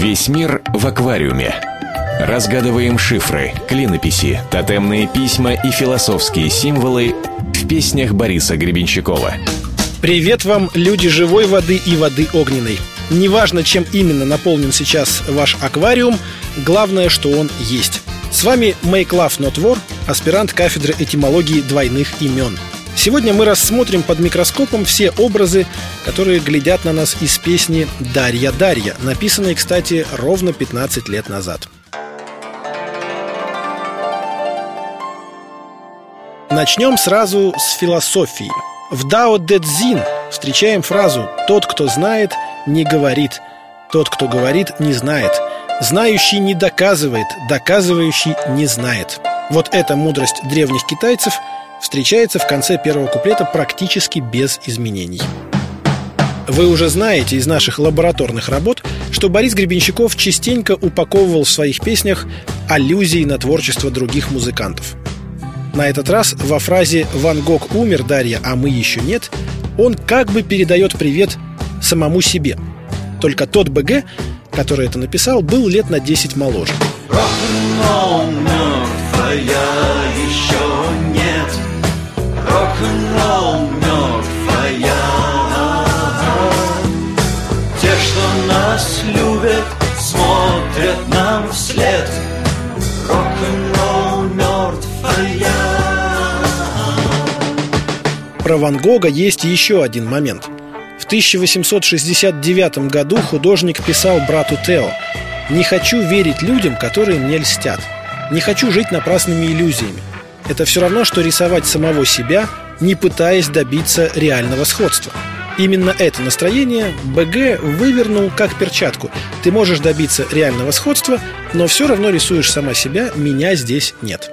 Весь мир в аквариуме. Разгадываем шифры, клинописи, тотемные письма и философские символы в песнях Бориса Гребенщикова. Привет вам, люди живой воды и воды огненной. Неважно, чем именно наполнен сейчас ваш аквариум, главное, что он есть. С вами Make Love Not War, аспирант кафедры этимологии двойных имен. Сегодня мы рассмотрим под микроскопом все образы, которые глядят на нас из песни «Дарья, Дарья», написанной, кстати, ровно 15 лет назад. Начнем сразу с философии. В Дао Дэ Цзин встречаем фразу «Тот, кто знает, не говорит. Тот, кто говорит, не знает. Знающий не доказывает, доказывающий не знает». Вот эта мудрость древних китайцев встречается в конце первого куплета практически без изменений. Вы уже знаете из наших лабораторных работ, что Борис Гребенщиков частенько упаковывал в своих песнях аллюзии на творчество других музыкантов. На этот раз во фразе «Ван Гог умер, Дарья, а мы еще нет» он как бы передает привет самому себе. Только тот БГ, который это написал, был лет на 10 моложе. Рок-н-ролл мертвая еще нет. Рок-н-ролл мертвая. Те, что нас любят, смотрят нам вслед. Рок-н-ролл мертвая. Про Ван Гога есть еще один момент. В 1869 году художник писал брату Тео: «Не хочу верить людям, которые мне льстят. Не хочу жить напрасными иллюзиями. Это все равно, что рисовать самого себя, не пытаясь добиться реального сходства». Именно это настроение БГ вывернул как перчатку. Ты можешь добиться реального сходства, но все равно рисуешь сама себя, меня здесь нет.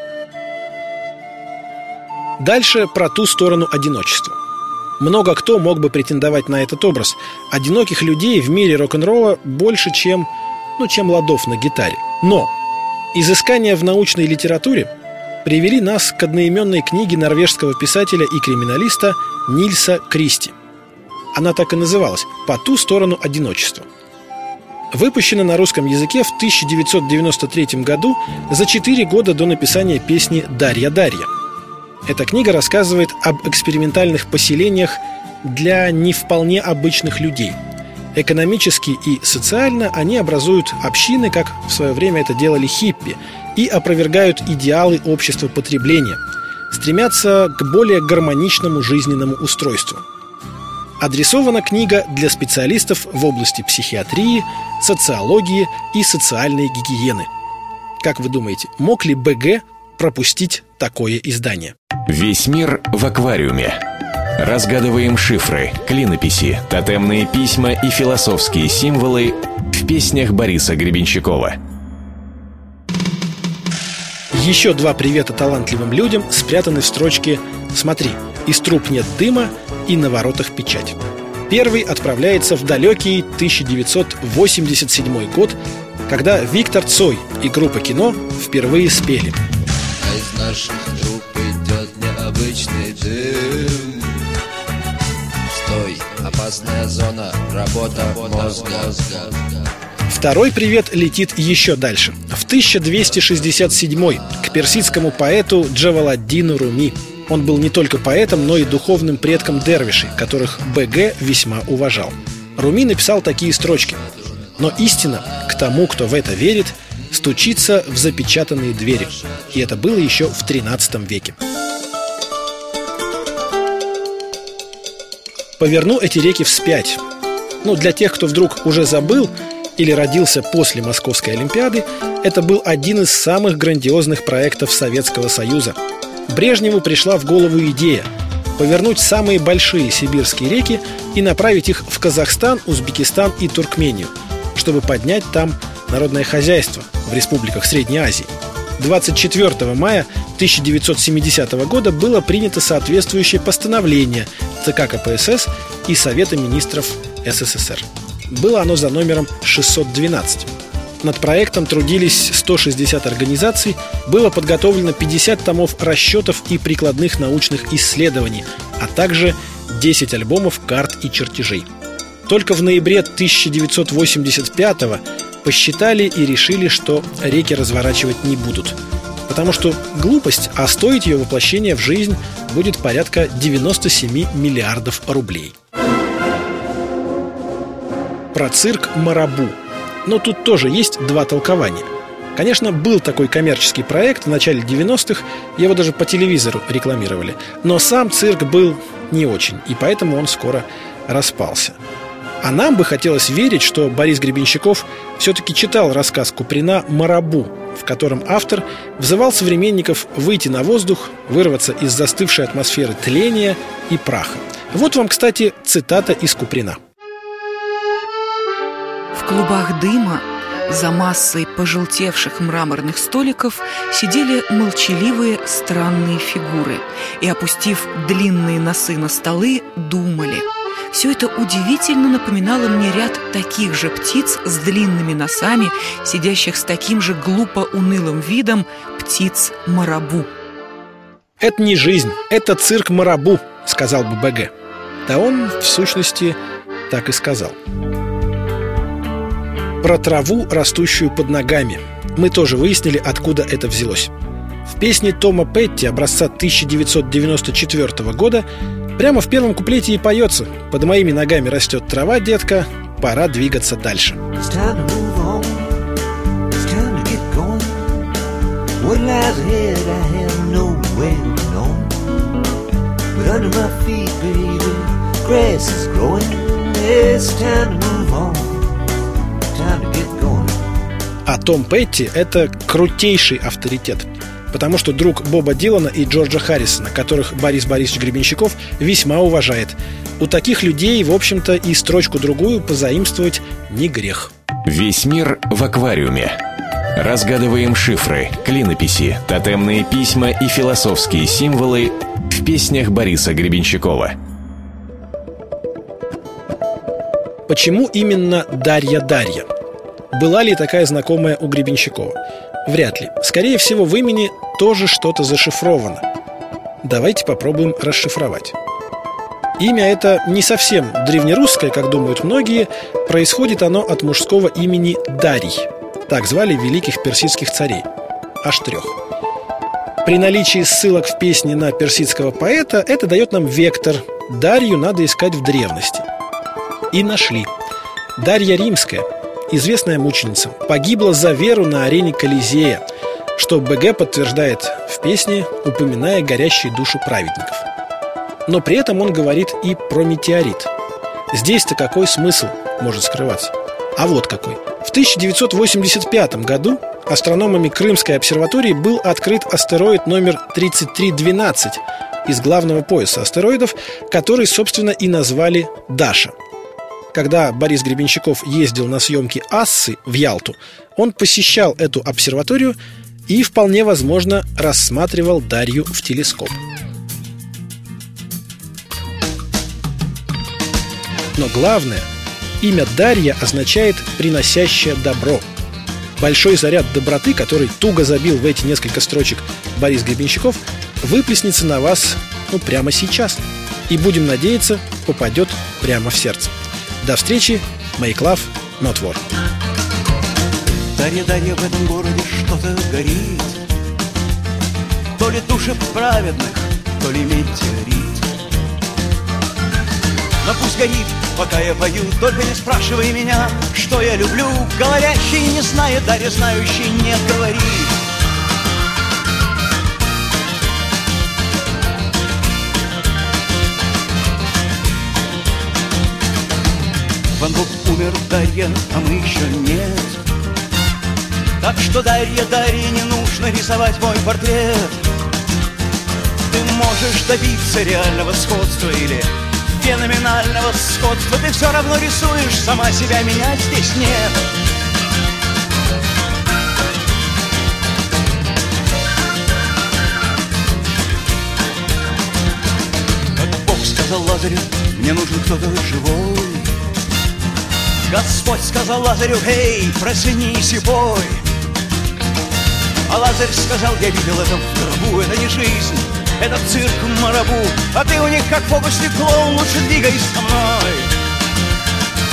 Дальше про ту сторону одиночества. Много кто мог бы претендовать на этот образ. Одиноких людей в мире рок-н-ролла больше, чем ладов на гитаре. Но изыскания в научной литературе привели нас к одноименной книге норвежского писателя и криминалиста Нильса Кристи. Она так и называлась «По ту сторону одиночества». Выпущена на русском языке в 1993 году, за 4 года до написания песни «Дарья, Дарья». Эта книга рассказывает об экспериментальных поселениях для не вполне обычных людей. Экономически и социально они образуют общины, как в свое время это делали хиппи, и опровергают идеалы общества потребления, стремятся к более гармоничному жизненному устройству. Адресована книга для специалистов в области психиатрии, социологии и социальной гигиены. Как вы думаете, мог ли БГ пропустить такое издание? Весь мир в аквариуме. Разгадываем шифры, клинописи, тотемные письма и философские символы в песнях Бориса Гребенщикова. Еще 2 привета талантливым людям спрятаны в строчке «Смотри, из труб нет дыма и на воротах печать». Первый отправляется в далекий 1987 год, когда Виктор Цой и группа «Кино» впервые спели. А из наших труб идет необычный дым. Стой, опасная зона, работа мозга. Второй привет летит еще дальше, в 1267 к персидскому поэту Джаваладдину Руми. Он был не только поэтом, но и духовным предком дервишей, которых БГ весьма уважал. Руми написал такие строчки: «Но истина к тому, кто в это верит, стучится в запечатанные двери». И это было еще в 13 веке. Поверну эти реки вспять. Для тех, кто вдруг уже забыл или родился после Московской Олимпиады, это был один из самых грандиозных проектов Советского Союза. Брежневу пришла в голову идея повернуть самые большие сибирские реки и направить их в Казахстан, Узбекистан и Туркмению, чтобы поднять там народное хозяйство в республиках Средней Азии. 24 мая 1970 года было принято соответствующее постановление ЦК КПСС и Совета министров СССР. Было оно за номером 612. Над проектом трудились 160 организаций, было подготовлено 50 томов расчетов и прикладных научных исследований, а также 10 альбомов карт и чертежей. Только в ноябре 1985-го посчитали и решили, что реки разворачивать не будут. Потому что глупость, а стоить ее воплощение в жизнь будет порядка 97 миллиардов рублей. Про цирк «Марабу». Но тут тоже есть два толкования. Конечно, был такой коммерческий проект в начале 90-х, его даже по телевизору рекламировали. Но сам цирк был не очень, и поэтому он скоро распался. А нам бы хотелось верить, что Борис Гребенщиков все-таки читал рассказ Куприна «Марабу», в котором автор взывал современников выйти на воздух, вырваться из застывшей атмосферы тления и праха. Вот вам, кстати, цитата из Куприна. В клубах дыма за массой пожелтевших мраморных столиков сидели молчаливые странные фигуры и, опустив длинные носы на столы, думали. Все это удивительно напоминало мне ряд таких же птиц с длинными носами, сидящих с таким же глупо унылым видом птиц Марабу. «Это не жизнь, это цирк Марабу», — сказал бы БГ. Да он, в сущности, так и сказал. Про траву, растущую под ногами, мы тоже выяснили, откуда это взялось. В песне Тома Петти образца 1994 года прямо в первом куплете и поется: «Под моими ногами растет трава, детка, пора двигаться дальше». А Том Петти – это крутейший авторитет, потому что друг Боба Дилана и Джорджа Харрисона, которых Борис Борисович Гребенщиков весьма уважает. У таких людей, в общем-то, и строчку-другую позаимствовать не грех. Весь мир в аквариуме. Разгадываем шифры, клинописи, тотемные письма и философские символы в песнях Бориса Гребенщикова. Почему именно Дарья? Была ли такая знакомая у Гребенщикова? Вряд ли. Скорее всего, в имени тоже что-то зашифровано. Давайте попробуем расшифровать. Имя это не совсем древнерусское, как думают многие. Происходит оно от мужского имени Дарий. Так звали великих персидских царей. Аж 3. При наличии ссылок в песне на персидского поэта это дает нам вектор. Дарью надо искать в древности. И нашли. Дарья Римская, известная мученица, погибла за веру на арене Колизея, что БГ подтверждает в песне, упоминая горящие души праведников. Но при этом он говорит и про метеорит. Здесь-то какой смысл может скрываться? А вот какой. В 1985 году астрономами Крымской обсерватории был открыт астероид номер 3312 из главного пояса астероидов, который, собственно, и назвали Даша. Когда Борис Гребенщиков ездил на съемки «Ассы» в Ялту, он посещал эту обсерваторию и, вполне возможно, рассматривал Дарью в телескоп. Но главное, имя Дарья означает «приносящая добро». Большой заряд доброты, который туго забил в эти несколько строчек Борис Гребенщиков, выплеснется на вас прямо сейчас. И, будем надеяться, попадет прямо в сердце. До встречи, Make Love, Not War. Дарья, Дарья, в этом городе что-то горит. То ли души праведных, то ли метеорит. Но пусть горит, пока я пою, только не спрашивай меня, что я люблю. Говорящий не знает, Дарья знающий не говорит. Ван Гог умер, Дарья, а мы еще нет. Так что, Дарья, Дарье не нужно рисовать мой портрет. Ты можешь добиться реального сходства или феноменального сходства. Ты все равно рисуешь, сама себя менять здесь нет. Как Бог сказал Лазарю, мне нужен кто-то живой. Господь сказал Лазарю: эй, проснись и пой. А Лазарь сказал: я видел это в гробу, это не жизнь, это цирк Марабу. А ты у них как фокусник клоун, лучше двигайся со мной.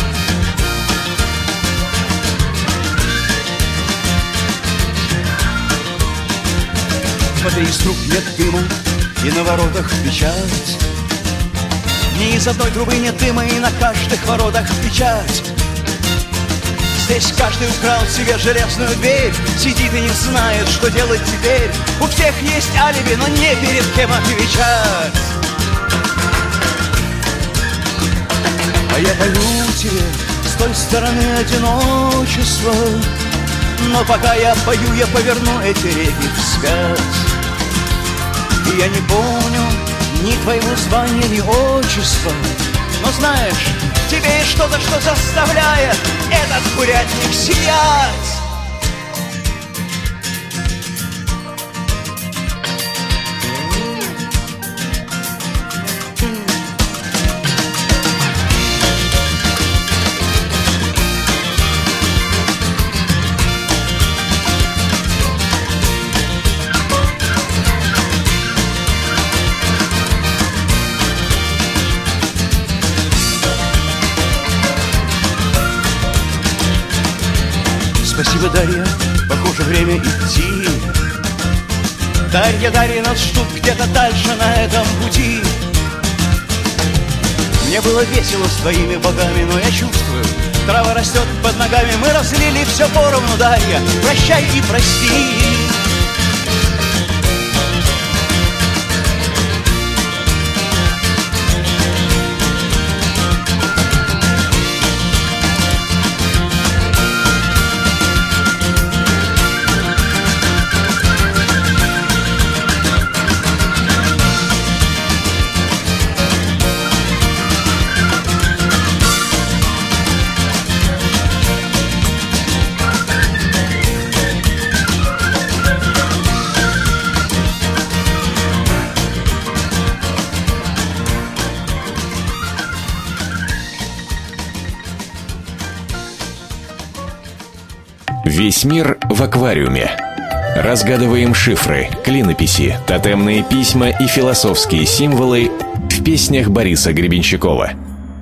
Посмотри, из труб нет дыма, и на воротах печать. Ни из одной трубы нет дыма, и на каждых воротах печать. Здесь каждый украл себе железную дверь, сидит и не знает, что делать теперь. У всех есть алиби, но не перед кем отвечать. А я пою тебе с той стороны одиночества, но пока я пою, я поверну эти реки вспять. И я не помню ни твоего звания, ни отчества, но знаешь, тебе есть что-то, что заставляет этот курятник сиять. Спасибо, Дарья, похоже, время идти. Дарья, Дарья, нас ждут где-то дальше на этом пути. Мне было весело с твоими богами, но я чувствую, трава растет под ногами. Мы разлили все поровну, Дарья, прощай и прости. Весь мир в аквариуме. Разгадываем шифры, клинописи, тотемные письма и философские символы в песнях Бориса Гребенщикова.